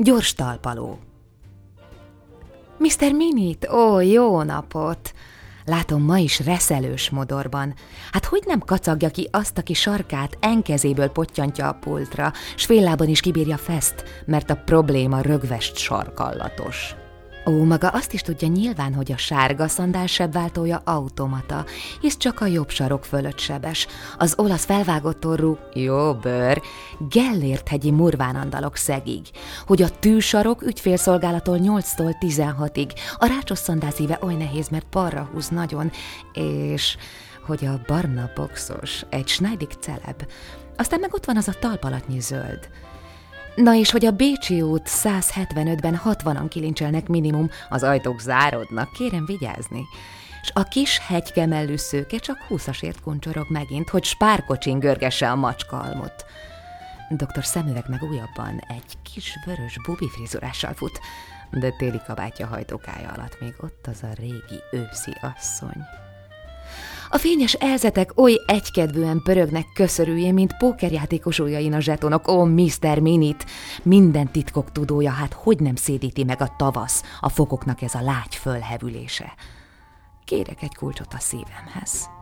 Gyors talpaló. Mr. Minit, ó, jó napot! Látom, ma is reszelős modorban. Hát hogy nem kacagja ki azt, aki sarkát enkezéből pottyantja a pultra, s féllábon is kibírja Fest, mert a probléma rögvest sarkallatos. Ó, maga azt is tudja nyilván, hogy a sárga szandál sebváltója automata, hisz csak a jobb sarok fölött sebes. Az olasz felvágott orrú, jó bőr, Gellért-hegyi murvánandalok szegig, hogy a tűsarok ügyfélszolgálattól 8-tól 16-ig, a rácsos szandál szíve oly nehéz, mert balra húz nagyon, és hogy a barna boxos egy Schneidig celeb, aztán meg ott van az a talpalatnyi zöld. Na és hogy a Bécsi út 175-ben 60-an kilincselnek minimum, az ajtók záródnak, kérem vigyázni. S a kis hegykemellű szőke csak 20-asért kuncsorog megint, hogy spárkocsin görgesse a macskaalmot. Dr. Szemüveg meg újabban egy kis vörös bubi frizurással fut, de téli kabátja hajtókája alatt még ott az a régi őszi asszony. A fényes elzetek oly egykedvűen pörögnek köszörüljén, mint pókerjátékos ujjain a zsetonok. Ó, Mr. Minit, minden titkok tudója, hát hogy nem szédíti meg a tavasz, a fokoknak ez a lágy fölhevülése. Kérek egy kulcsot a szívemhez.